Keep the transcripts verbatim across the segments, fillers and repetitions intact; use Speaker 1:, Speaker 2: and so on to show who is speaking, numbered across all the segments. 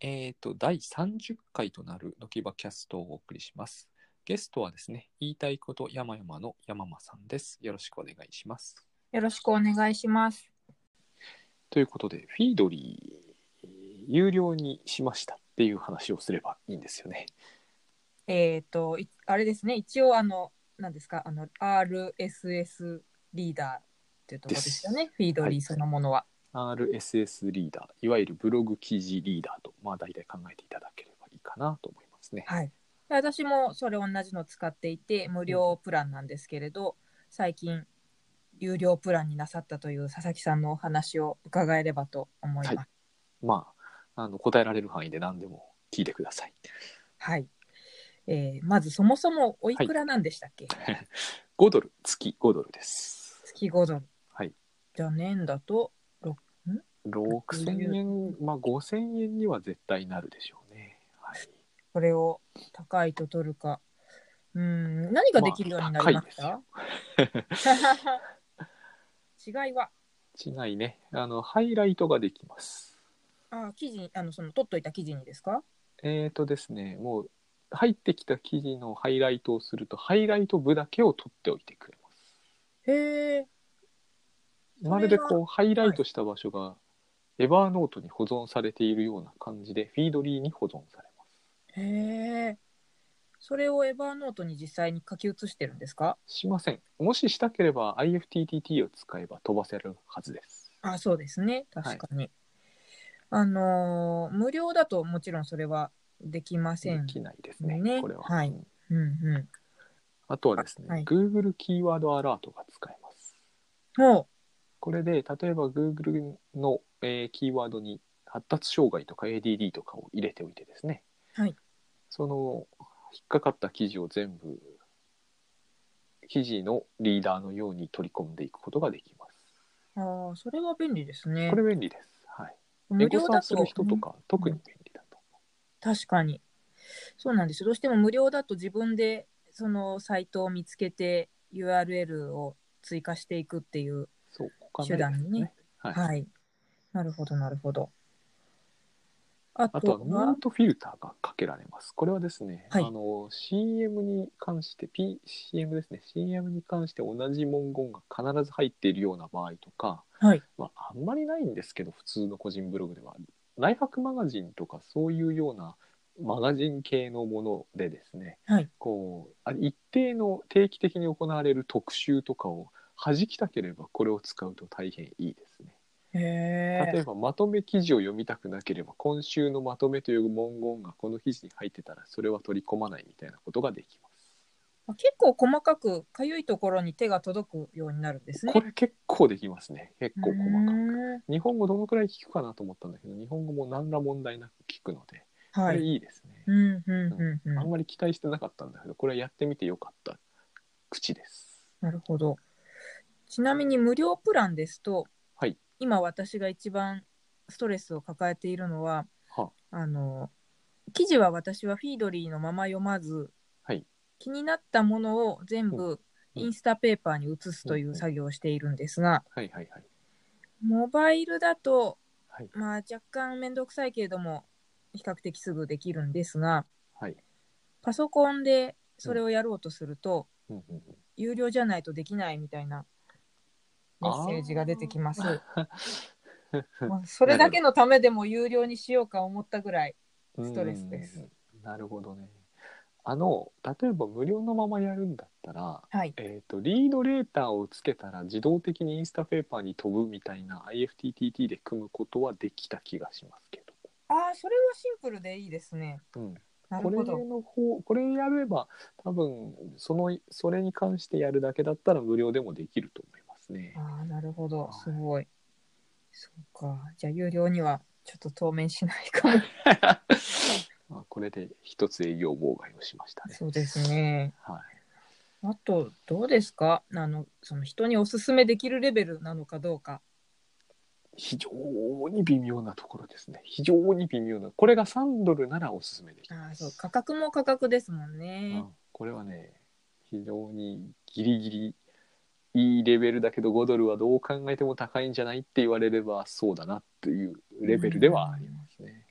Speaker 1: えーと、だいさんじゅっかいとなるのきばキャストをお送りします。ゲストはですね、言いたいこと山々の山間さんです。よろしくお願いします。
Speaker 2: よろしくお願いします。
Speaker 1: ということで、フィードリー、有料にしましたっていう話をすればいいんですよね。
Speaker 2: えっ、ー、と、あれですね、一応あの、何ですか、あの、アールエスエス リーダーっていうところですよね、フィードリーそのものは。
Speaker 1: はい、アールエスエス リーダー、いわゆるブログ記事リーダーと、まあ大体考えていただければいいかなと思いますね。
Speaker 2: はい。私もそれ同じの使っていて、無料プランなんですけれど、うん、最近、有料プランになさったという佐々木さんのお話を伺えればと思います。はい、
Speaker 1: まあ、あの答えられる範囲で何でも聞いてください。
Speaker 2: はい。えー、まずそもそもおいくらなんでしたっけ？はい、
Speaker 1: ごドル、月ごドルです。
Speaker 2: 月ごドル。
Speaker 1: はい。
Speaker 2: じゃあ年だとろ
Speaker 1: くせんえん、まあごせんえんには絶対なるでしょうね。はい。
Speaker 2: これを高いと取るか。うん、何ができるようになりました？まあ、違いは
Speaker 1: 違いね。あの、ハイライトができます。
Speaker 2: あ、記事、あの、その、取っといた記事にですか？
Speaker 1: えーとですね、もう、入ってきた記事のハイライトをすると、ハイライト部だけを取っておいてくれます。
Speaker 2: へえ。
Speaker 1: まるでこう、ハイライトした場所が、エバーノートに保存されているような感じで、フィードリーに保存されます。
Speaker 2: へえ。それをエバーノートに実際に書き写してるんですか？
Speaker 1: しません。もししたければ アイエフティーティーティー を使えば飛ばせるはずです。
Speaker 2: あ、そうですね。確かに。はい、あのー、無料だともちろんそれはできません、ね。
Speaker 1: できないですね、これは。
Speaker 2: はい。うん、うん。
Speaker 1: あとはですね、はい、Google キーワードアラートが使えます。
Speaker 2: ほう。
Speaker 1: これで、例えば Google の、えー、キーワードに発達障害とか エーディーディー とかを入れておいてですね、
Speaker 2: はい、
Speaker 1: その引っかかった記事を全部記事のリーダーのように取り込んでいくことができます。
Speaker 2: ああ、それは便利ですね。
Speaker 1: これ便利です。はい。
Speaker 2: 無料だと
Speaker 1: エゴサする人とか、うん、特に便利だと思
Speaker 2: う。確かに。そうなんですよ。どうしても無料だと自分でそのサイトを見つけて ユーアールエル を追加していくっていう手段にね。はい、はい。なるほど、なるほど。
Speaker 1: あとは、あとはミュートフィルターがかけられます。これはですね、はい、あの シーエム に関して、P、シーエム ですね、シーエム に関して同じ文言が必ず入っているような場合とか、はい、まあ、あんまりないんですけど、普通の個人ブログでは。ライフハックマガジンとかそういうようなマガジン系のものでですね、はい、こう一定の定期的に行われる特集とかを弾きたければこれを使うと大変いいですね。
Speaker 2: へ
Speaker 1: 例えばまとめ記事を読みたくなければ今週のまとめという文言がこの記事に入ってたらそれは取り込まないみたいなことができます。
Speaker 2: 結構細かくかゆいところに手が届くようになるんですね。
Speaker 1: これ結構できますね。結構細かく。日本語どのくらい聞くかなと思ったんだけど日本語も何ら問題なく聞くので、はい、これいいですね、
Speaker 2: うんうんうんうん、
Speaker 1: あんまり期待してなかったんだけどこれやってみてよかった口です。
Speaker 2: なるほど。ちなみに無料プランですと、
Speaker 1: はい、
Speaker 2: 今私が一番ストレスを抱えているのは、はあの記事は私はフィードリーのまま読まず、はい、気になったものを全部インスタペーパーに移すという作業をしているんですが、モバイルだと、はい、まあ若干めんどくさいけれども比較的すぐできるんですが、はい、パソコンでそれをやろうとすると、うん、有料じゃないとできないみたいなメッセージが出てきます。それだけのためでも有料にしようか思ったぐらいストレスです。
Speaker 1: なるほどね。あの例えば無料のままやるんだったら、はい、えーと、リードレーターをつけたら自動的にインスタペーパーに飛ぶみたいな アイエフティーティーティー で組むことはできた気がしますけど。
Speaker 2: ああ、それはシンプルでいいですね。うん、なるほど。
Speaker 1: これの方これやれば多分そのそれに関してやるだけだったら無料でもできると思いますね。
Speaker 2: ああ、なるほど、すごい。そうか。じゃあ有料にはちょっと当面しないかも。
Speaker 1: これで一つ営業妨害をしましたね。
Speaker 2: そうですね。
Speaker 1: はい。
Speaker 2: あとどうですか？あのその人におすすめできるレベルなのかどうか。
Speaker 1: 非常に微妙なところですね。非常に微妙な。これがさんドルならおすすめできます。
Speaker 2: あ、そう、価格も価格ですもんね。
Speaker 1: うん、これはね、非常にギリギリいいレベルだけどごドルはどう考えても高いんじゃないって言われればそうだなっていうレベルではありますね。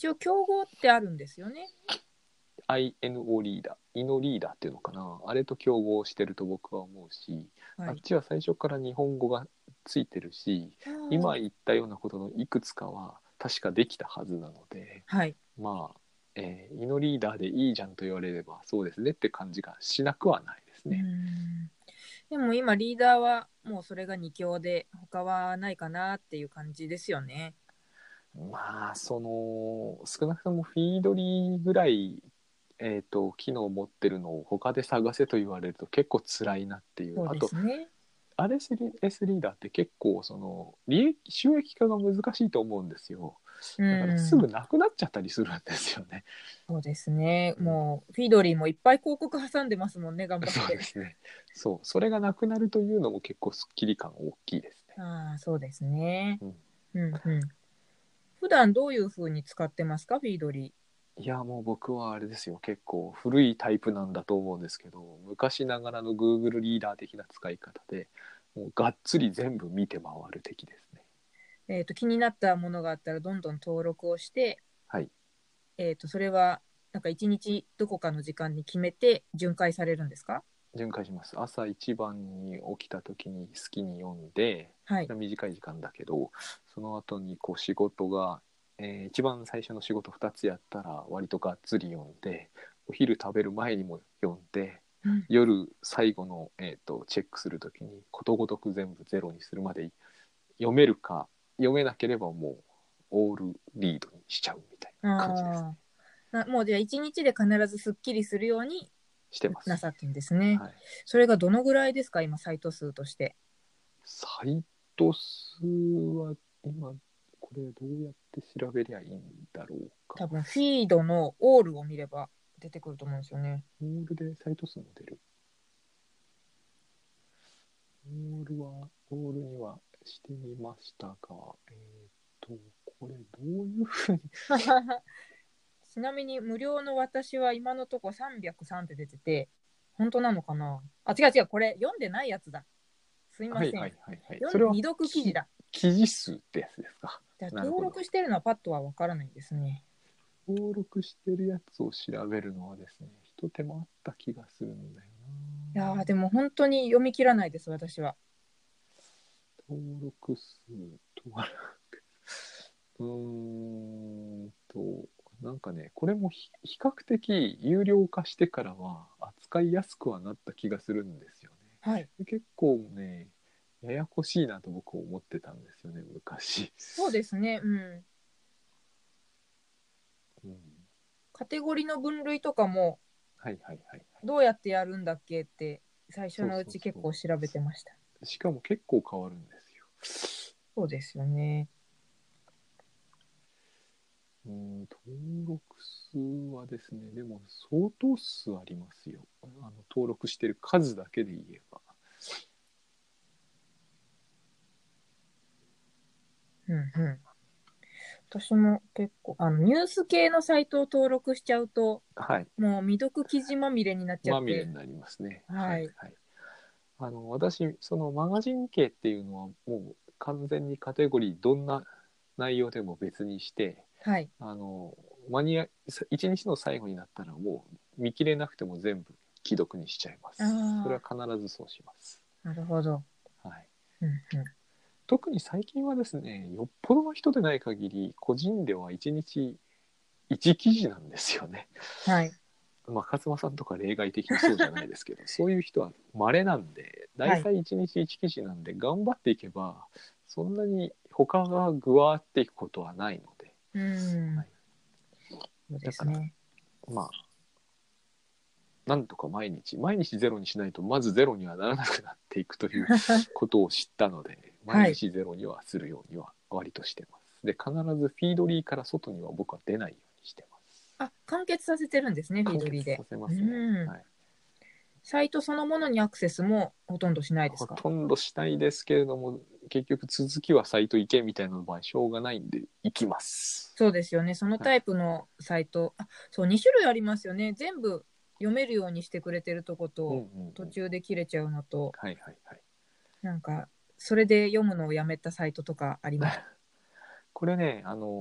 Speaker 2: 一応競合ってあるんですよね。
Speaker 1: アイエヌオー リーダー、イノリーダーっていうのかな、あれと競合してると僕は思うし、はい、あっちは最初から日本語がついてるし、今言ったようなことのいくつかは確かできたはずなので、
Speaker 2: はい、
Speaker 1: まあ、えー、イノリーダーでいいじゃんと言われればそうですねって感じがしなくはないですね。
Speaker 2: うんでも今リーダーはもうそれがに強で他はないかなっていう感じですよね。
Speaker 1: まあその少なくともフィードリーぐらい、えーと、機能を持ってるのを他で探せと言われると結構辛いなっていう。
Speaker 2: そうですね。
Speaker 1: あと アールエス リーダーって結構その利益収益化が難しいと思うんですよ。だからすぐなくなっちゃったりするんですよね。
Speaker 2: そうですね。もうフィードリーもいっぱい広告挟んでますもんね、頑張って。
Speaker 1: そうですね。そう、それがなくなるというのも結構スッキリ感大きいですね。
Speaker 2: ああ、そうですね。
Speaker 1: うん、
Speaker 2: うんうん。普段どういう風に使ってますか、フィードリ
Speaker 1: ー。いやもう僕はあれですよ、結構古いタイプなんだと思うんですけど、昔ながらの Google リーダー的な使い方でもうがっつり全部見て回る的ですね。
Speaker 2: えっと、気になったものがあったらどんどん登録をして、
Speaker 1: はい。
Speaker 2: えっと、それはなんか一日どこかの時間に決めて巡回されるんですか？
Speaker 1: 巡回します。朝一番に起きた時に好きに読んで、
Speaker 2: はい。
Speaker 1: 短い時間だけど、その後にこう仕事が、えー一番最初の仕事ふたつやったら割とがっつり読んで、お昼食べる前にも読んで、
Speaker 2: うん、
Speaker 1: 夜最後の、えーとチェックする時にことごとく全部ゼロにするまで読めるか、読めなければもうオールリードにしちゃうみたいな感じですね。
Speaker 2: あもうじゃあ一日で必ずすっきりするように
Speaker 1: してます。
Speaker 2: なさってんですね。
Speaker 1: はい、
Speaker 2: それがどのぐらいですか、今サイト数として。
Speaker 1: サイト数は今これどうやって調べりゃいいんだろうか。
Speaker 2: 多分フィードのオールを見れば出てくると思うんですよね。
Speaker 1: オールでサイト数も出る。オールはオールにはしてみましたが、えっ、とこれどういうふうに
Speaker 2: ちなみに無料の私は今のとこさんびゃくさんって出てて、本当なのかなあ、違う違う、これ読んでないやつだ。すいません。
Speaker 1: はいはいはいはい。それは
Speaker 2: 読ん未読記事だ。
Speaker 1: 記事数ってやつですか。
Speaker 2: じゃあ
Speaker 1: なるほど。
Speaker 2: 登録してるのはパッとはわからないんですね。
Speaker 1: 登録してるやつを調べるのはですね、一手間あった気がするんだよ
Speaker 2: いや
Speaker 1: な。
Speaker 2: ーでも本当に読み切らないです、私は。
Speaker 1: 登録数登録うーんとなんかね、これも比較的有料化してからは扱いやすくはなった気がするんですよね。
Speaker 2: はい。
Speaker 1: で結構ね、ややこしいなと僕思ってたんですよね、昔。
Speaker 2: そうですね。うん。
Speaker 1: うん、
Speaker 2: カテゴリーの分類とかも
Speaker 1: はいはいはいはい。
Speaker 2: どうやってやるんだっけって最初
Speaker 1: そう
Speaker 2: のうち結
Speaker 1: そうそう。
Speaker 2: 構調べてました。
Speaker 1: しかも結構変わるんですよ。
Speaker 2: そうですよね。
Speaker 1: うん、登録数はですね、でも相当数ありますよ。あの登録してる数だけで言えば。
Speaker 2: うんうん。私も結構、あの、ニュース系のサイトを登録しちゃうと、
Speaker 1: はい。
Speaker 2: もう未読記事まみれになっちゃって。
Speaker 1: まみれになりますね。
Speaker 2: はい。
Speaker 1: はい。あの私そのマガジン系っていうのはもう完全にカテゴリーどんな内容でも別にして、
Speaker 2: はい。
Speaker 1: あの間に合い一日の最後になったらもう見切れなくても全部既読にしちゃいます。それは
Speaker 2: あ
Speaker 1: 必ずそうします。
Speaker 2: あ、なるほど。
Speaker 1: はい。
Speaker 2: うんうん。
Speaker 1: 特に最近はですね、よっぽどの人でない限り個人ではいちにちいち記事なんですよね。
Speaker 2: はい。
Speaker 1: まあ、勝間さんとか例外的にそうじゃないですけどそういう人は稀なんで、大
Speaker 2: はい。
Speaker 1: 体いちにちいち記事なんで頑張っていけばそんなに他がぐわーっていくことはないので、
Speaker 2: うん。
Speaker 1: はい、
Speaker 2: そうで
Speaker 1: だから
Speaker 2: すね。
Speaker 1: まあなんとか毎日毎日ゼロにしないとまずゼロにはならなくなっていくということを知ったので毎
Speaker 2: はい。
Speaker 1: 日ゼロにはするようには割としてます。で必ずフィードリーから外には僕は出ないようにしてます。
Speaker 2: あ、完結させてるんですね、フィー
Speaker 1: 完
Speaker 2: ドリーで。
Speaker 1: 結させま
Speaker 2: う
Speaker 1: すね。
Speaker 2: ん。
Speaker 1: はい。
Speaker 2: サイトそのものにアクセスもほとんどしないですか？
Speaker 1: ほとんどしないですけれども、結局続きはサイト行けみたいな場合しょうがないんで行きます。
Speaker 2: そうですよね。その
Speaker 1: はい、
Speaker 2: タイプのサイト、あ、そう、に種類ありますよね。全部読めるようにしてくれてるとこ
Speaker 1: うんう
Speaker 2: と、
Speaker 1: んうん、
Speaker 2: 途中で切れちゃうのと、
Speaker 1: はいはいはい。
Speaker 2: なんか、それで読むのをやめたサイトとかあります。
Speaker 1: これね、あの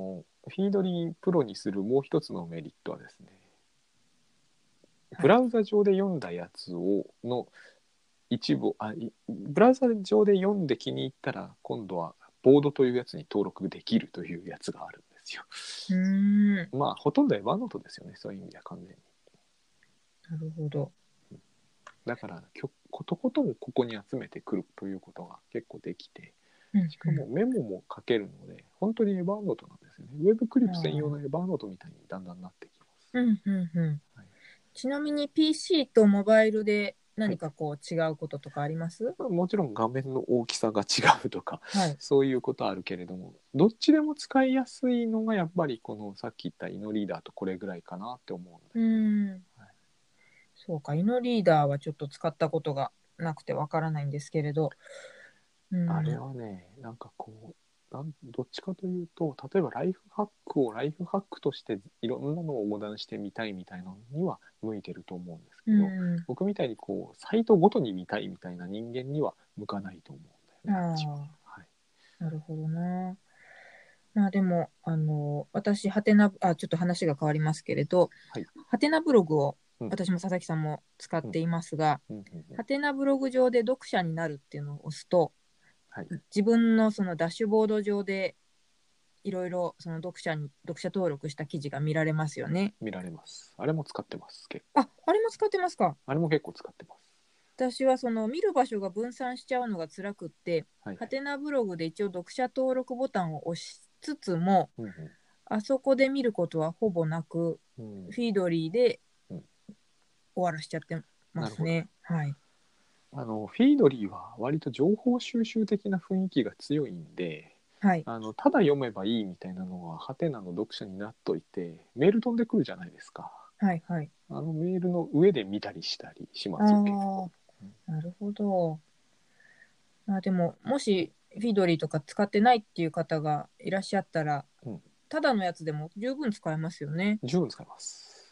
Speaker 1: フィードリープロにするもう一つのメリットはですね、ブラウザ上で読んだやつをの一部あブラウザ上で読んで気に入ったら今度はボードというやつに登録できるというやつがあるんですよ。
Speaker 2: うーん。
Speaker 1: まあほとんどエヴァノートですよね、そういう意味では完全に。
Speaker 2: なるほど。
Speaker 1: だからことことんここに集めてくるということが結構できて、しかもメモも書けるので本当にエヴァノートなんですよね。ウェブクリップ専用のエヴァノートみたいにだんだんなってきます。
Speaker 2: うんうんうん。はい、ちなみに ピーシー とモバイルで何かこう違うこととかあります？
Speaker 1: はい、もちろん画面の大きさが違うとか、はい、そういうことあるけれども、どっちでも使いやすいのがやっぱりこのさっき言ったイノリーダーとこれぐらいかなって思うんです、ね。うん、はい、
Speaker 2: そうか、イノリーダーはちょっと使ったことがなくてわからないんですけれど、
Speaker 1: うん、あれはね、なんかこうなんどっちかというと、例えばライフハックをライフハックとしていろんなのを横断してみたいみたいなのには向いてると思うんですけど、うん、僕みたいにこうサイトごとに見たいみたいな人間には向かないと思うんだよね。
Speaker 2: あ、はい、なるほどな。まあでも、あの、私、ハテナ、あ、ちょっと話が変わりますけれど、はい、ハテナブログを、うん、私も佐々木さんも使っていますが、うんうんうんうん、ハテナブログ上で読者になるっていうのを押すと、はい、自分のそのダッシュボード上でいろいろその読者に読者登録した記事が見られますよね。
Speaker 1: 見られます。あれも使ってます結
Speaker 2: 構。あ、あれも使ってますか？
Speaker 1: あれも結構使ってます。
Speaker 2: 私はその見る場所が分散しちゃうのが辛くって、はいはい、ハテナブログで一応読者登録ボタンを押しつつも、うんうん、あそこで見ることはほぼなく、うん、フィードリーで終わらしちゃってますね。はい。
Speaker 1: あのフィードリーは割と情報収集的な雰囲気が強いんで、はい、あのただ読めばいいみたいなのはハテナの読者になっといてメール飛んでくるじゃないですか。
Speaker 2: はいはい。
Speaker 1: あのメールの上で見たりしたりしますよ結構。
Speaker 2: なるほど。まあでももしフィードリーとか使ってないっていう方がいらっしゃったら、うん、ただのやつでも十分使えますよね。
Speaker 1: 十分使えます。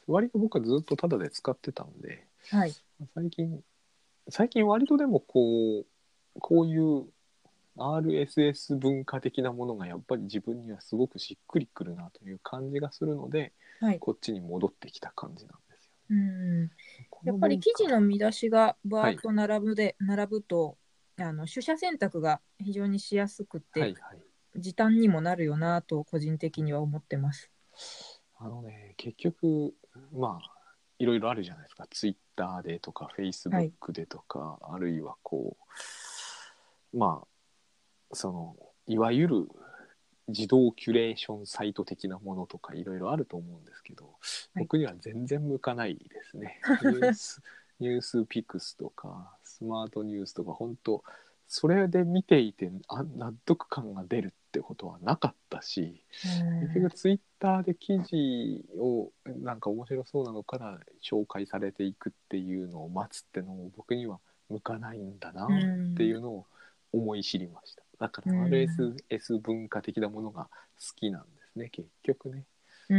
Speaker 1: 割と僕はずっとただで使ってたんで、はい、最近最近割とでもこうこういう アールエスエス 文化的なものがやっぱり自分にはすごくしっくりくるなという感じがするので、はい、こっちに戻ってきた感じなんですよ。
Speaker 2: うん、やっぱり記事の見出しがバーッと並ぶで、はい、並ぶとあの取捨選択が非常にしやすくて、はいはい、時短にもなるよなと個人的には思ってます。
Speaker 1: あのね、結局まあいろいろあるじゃないですか。ツイッターでとかフェイスブックでとか、はい、あるいはこうまあそのいわゆる自動キュレーションサイト的なものとかいろいろあると思うんですけど、はい、僕には全然向かないですね。ニュースニュースピクスとかスマートニュースとか本当それで見ていてあ納得感が出るってことはなかったし、結局ツイッターで記事をなんか面白そうなのから紹介されていくっていうのを待つってのも僕には向かないんだなっていうのを思い知りました。だから アールエスエス 文化的なものが好きなんですね結局ね。
Speaker 2: うん、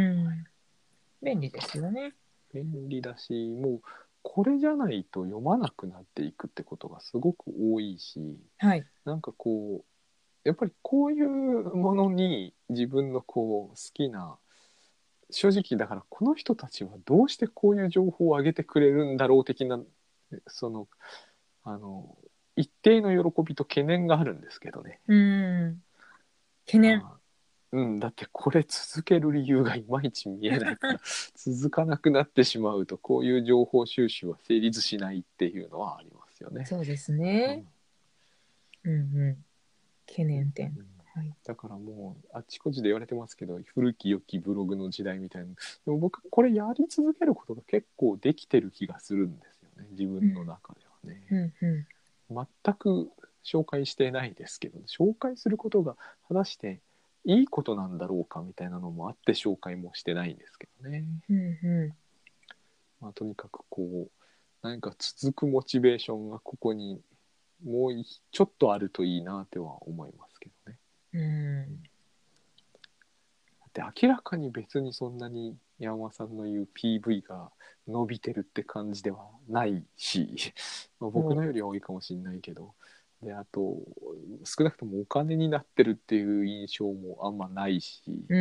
Speaker 2: 便利ですよね。
Speaker 1: 便利だし、もうこれじゃないと読まなくなっていくってことがすごく多いし、はい、なんかこうやっぱりこういうものに自分のこう好きな、正直だからこの人たちはどうしてこういう情報を上げてくれるんだろう的なそのあの一定の喜びと懸念があるんですけどね。
Speaker 2: うん、懸念。
Speaker 1: うん、だってこれ続ける理由がいまいち見えないから続かなくなってしまうとこういう情報収集は成立しないっていうのはありますよね。
Speaker 2: そうですね。うん、うんうん。懸念点。うん
Speaker 1: はい、だからもうあちこちで言われてますけど古き良きブログの時代みたいな。でも僕これやり続けることが結構できてる気がするんですよね自分の中ではね。うんうんうん、全く紹介してないですけど紹介することが果たしていいことなんだろうかみたいなのもあって紹介もしてないんですけどね。うんうんまあ、とにかくこう何か続くモチベーションがここにもうちょっとあるといいなとは思いますけどね。うんで明らかに別にそんなに山間さんの言う ピーブイ が伸びてるって感じではないし、まあ、僕のよりは多いかもしれないけど、 であと少なくともお金になってるっていう印象もあんまないし、
Speaker 2: うん、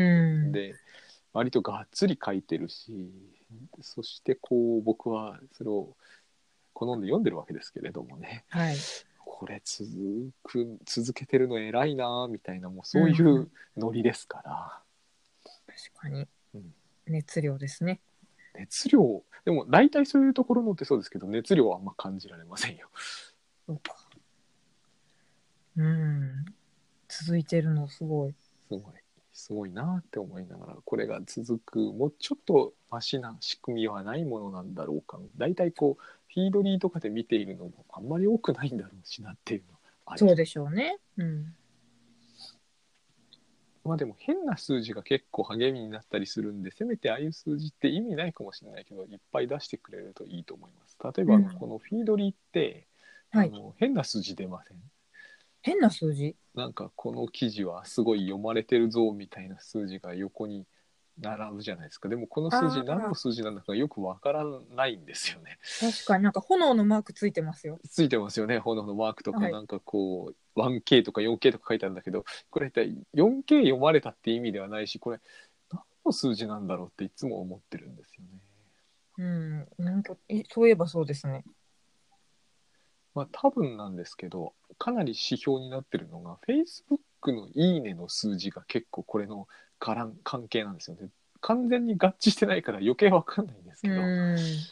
Speaker 1: で割とがっつり書いてるし、そしてこう僕はそれを好んで読んでるわけですけれどもね、
Speaker 2: はい、
Speaker 1: これ続く続けてるの偉いなみたいな、もうそういうノリですから、
Speaker 2: うん、確かに、
Speaker 1: うん、
Speaker 2: 熱量ですね。
Speaker 1: 熱量でも大体そういうところのってそうですけど、熱量はあんま感じられませんよ。
Speaker 2: そうか。うん、続いてるのすごい。
Speaker 1: すごいすごいなって思いながら、これが続くもうちょっとマシな仕組みはないものなんだろうか。大体こうフィードリーとかで見ているのもあんまり多くないんだろうしなっていうのはあり、
Speaker 2: そうでしょうね。うん。
Speaker 1: まあでも変な数字が結構励みになったりするんで、せめてああいう数字って意味ないかもしれないけどいっぱい出してくれるといいと思います。例えばあの、
Speaker 2: うん、
Speaker 1: このフィードリーってあ
Speaker 2: はい。
Speaker 1: の変な数字出ません？
Speaker 2: 変な数字。
Speaker 1: なんかこの記事はすごい読まれてるぞみたいな数字が横に並ぶじゃないですか。でもこの数字何
Speaker 2: ああ、
Speaker 1: の数字なんだかよくわからないんですよね。
Speaker 2: 確かになんか炎のマークついてますよ。
Speaker 1: ついてますよね、炎のマークとか、
Speaker 2: はい。
Speaker 1: なんかこう ワンケー とか ヨンケー とか書いてあるんだけど、これ一体 ヨンケー 読まれたって意味ではないし、これ何の数字なんだろうっていつも思ってるんですよね。
Speaker 2: うん、なんか、え、そういえばそうですね。
Speaker 1: まあ多分なんですけど、かなり指標になってるのが Facebook のいいねの数字が結構これの関係なんですよね。完全に合致してないから余計わかんないんです
Speaker 2: う
Speaker 1: けど、はい
Speaker 2: ん。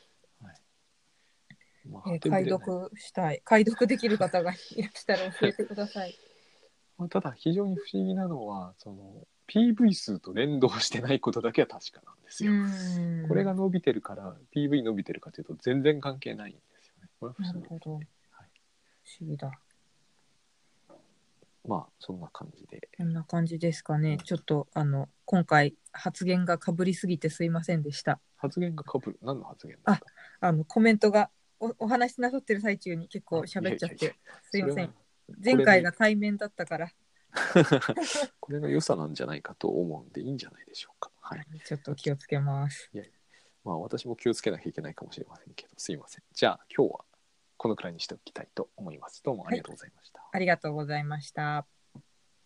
Speaker 1: まあ、
Speaker 2: えー解
Speaker 1: 当てぶれない。
Speaker 2: 読したい。解読できる方がいらしたら教えてください。
Speaker 1: まあ、ただ非常に不思議なのはその ピーブイ 数と連動してないことだけは確かなんです
Speaker 2: う
Speaker 1: よ。これ
Speaker 2: ん。
Speaker 1: が伸びてるから ピーブイ 伸びてるかというと全然関係ないんですよね。これは不
Speaker 2: な
Speaker 1: 思
Speaker 2: るほど。
Speaker 1: 議ですね。はい、
Speaker 2: 不思議だ。
Speaker 1: まあそんな感じで。
Speaker 2: こんな感じですか
Speaker 1: うん、
Speaker 2: ね。ちょっと、あの、今回発言がかぶりすぎてすいませんでした。
Speaker 1: 発言がかぶる。何の発言です
Speaker 2: あ、
Speaker 1: か？
Speaker 2: あの、コメントがお、お話しなさってる最中に結構
Speaker 1: あ、いやいやいや、
Speaker 2: 喋っちゃって、すい
Speaker 1: それは
Speaker 2: ません。前
Speaker 1: これの
Speaker 2: 回が対面だったから、
Speaker 1: これの良さなんじゃないかと思うんでいいんじゃないでしょうか。はい。
Speaker 2: ちょっと気をつけます。
Speaker 1: いや、まあ私も気をつけなきゃいけないかもしれませんけど、すいません。じゃあ今日はこのくらいにしておきたいと思います。どうもあ
Speaker 2: はい、
Speaker 1: りがとうございました。
Speaker 2: ありがとうございました。